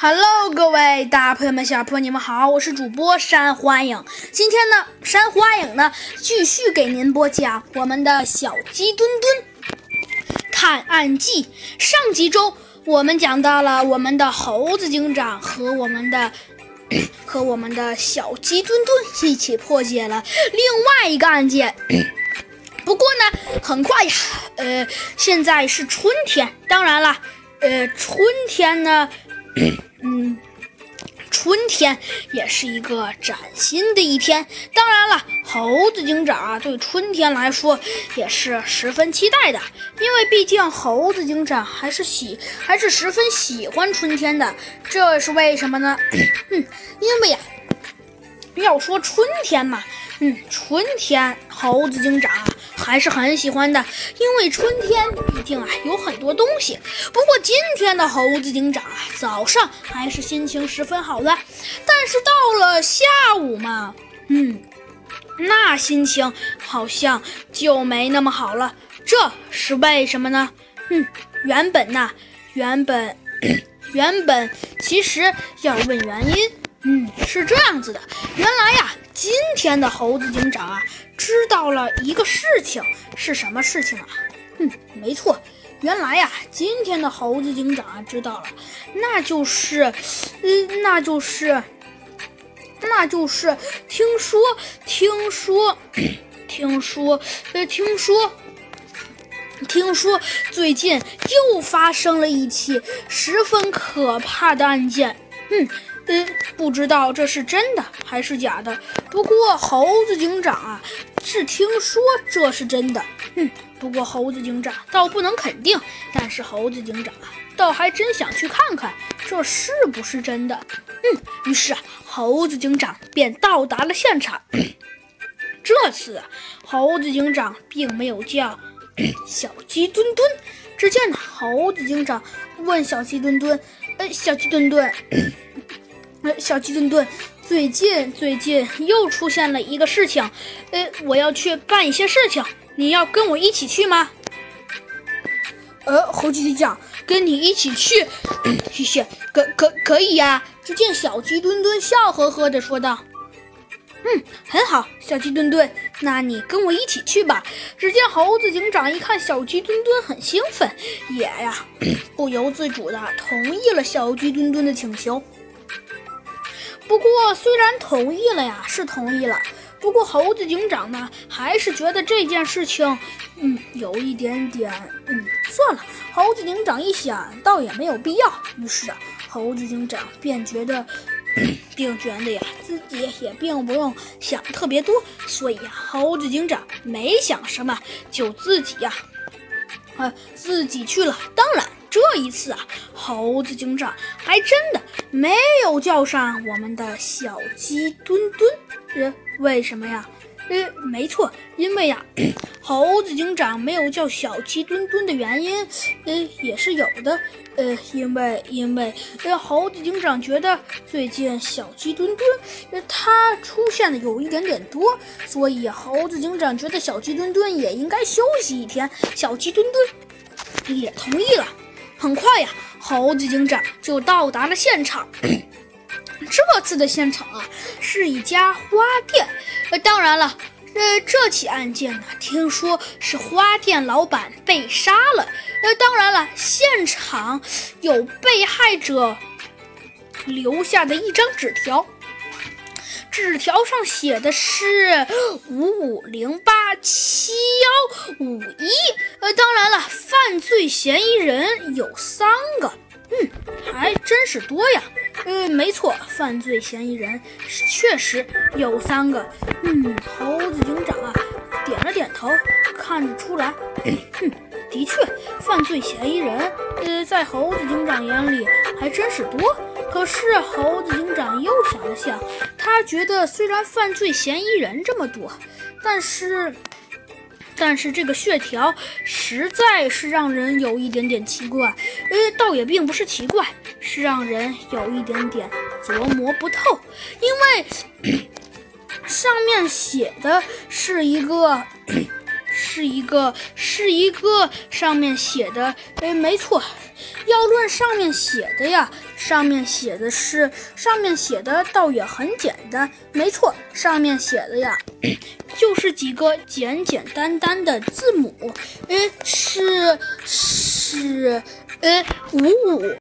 Hello， 各位大朋友们、小朋友，你们好，我是主播山欢影。今天呢，山欢影呢继续给您播讲我们的小鸡墩墩探案记。上集中我们讲到了我们的猴子警长和我们的小鸡墩墩一起破解了另外一个案件。不过呢，很快呀，现在是春天，当然了，春天呢。春天也是一个崭新的一天。当然了，猴子警长对春天来说也是十分期待的，因为毕竟猴子警长还是十分喜欢春天的。这是为什么呢？因为呀，要说春天嘛，春天猴子警长还是很喜欢的，因为春天毕竟有很多东西。不过今天的猴子警长早上还是心情十分好的，但是到了下午嘛，那心情好像就没那么好了。这是为什么呢？原本其实要问原因，是这样子的，原来呀，今天的猴子警长知道了一个事情。是什么事情啊？没错，原来呀，今天的猴子警长知道了，那就是听说最近又发生了一起十分可怕的案件。不知道这是真的还是假的，不过猴子警长是听说这是真的。不过猴子警长倒不能肯定，但是猴子警长倒还真想去看看这是不是真的。于是猴子警长便到达了现场。这次猴子警长并没有叫小鸡墩墩，只见猴子警长问小鸡墩墩，小鸡墩墩，最近又出现了一个事情，我要去办一些事情，你要跟我一起去吗？猴子警长，跟你一起去，谢谢，可以呀。只见小鸡墩墩笑呵呵地说道。很好，小鸡墩墩，那你跟我一起去吧。只见猴子警长一看小鸡墩墩很兴奋，也不由自主地同意了小鸡墩墩的请求。不过虽然同意了是同意了，不过猴子警长呢还是觉得这件事情有一点算了。猴子警长一想倒也没有必要，于是猴子警长便觉得自己也并不用想特别多，所以猴子警长没想什么，就自己去了。当然这一次猴子警长还真的没有叫上我们的小鸡墩墩。为什么呀？没错，因为猴子警长没有叫小鸡墩墩的原因，也是有的。因为猴子警长觉得最近小鸡墩墩它出现的有一点多，所以猴子警长觉得小鸡墩墩也应该休息一天。小鸡墩墩也同意了。很快猴子警长就到达了现场。这次的现场是一家花店。当然了，这起案件听说是花店老板被杀了。当然了，现场有被害者留下的一张纸条，纸条上写的是55087151。当然了，犯罪嫌疑人有3个，还真是多呀。没错，犯罪嫌疑人确实有3个。猴子警长点了点头，看得出来，的确，犯罪嫌疑人在猴子警长眼里还真是多。可是猴子警长又想了想，他觉得虽然犯罪嫌疑人这么多，但是这个血条实在是让人有一点奇怪。倒也并不是奇怪，是让人有一点琢磨不透。因为上面写的是一个一个上面写的，没错。要论上面写的呀，上面写的倒也很简单，没错，上面写的呀，就是几个简单的字母，是55。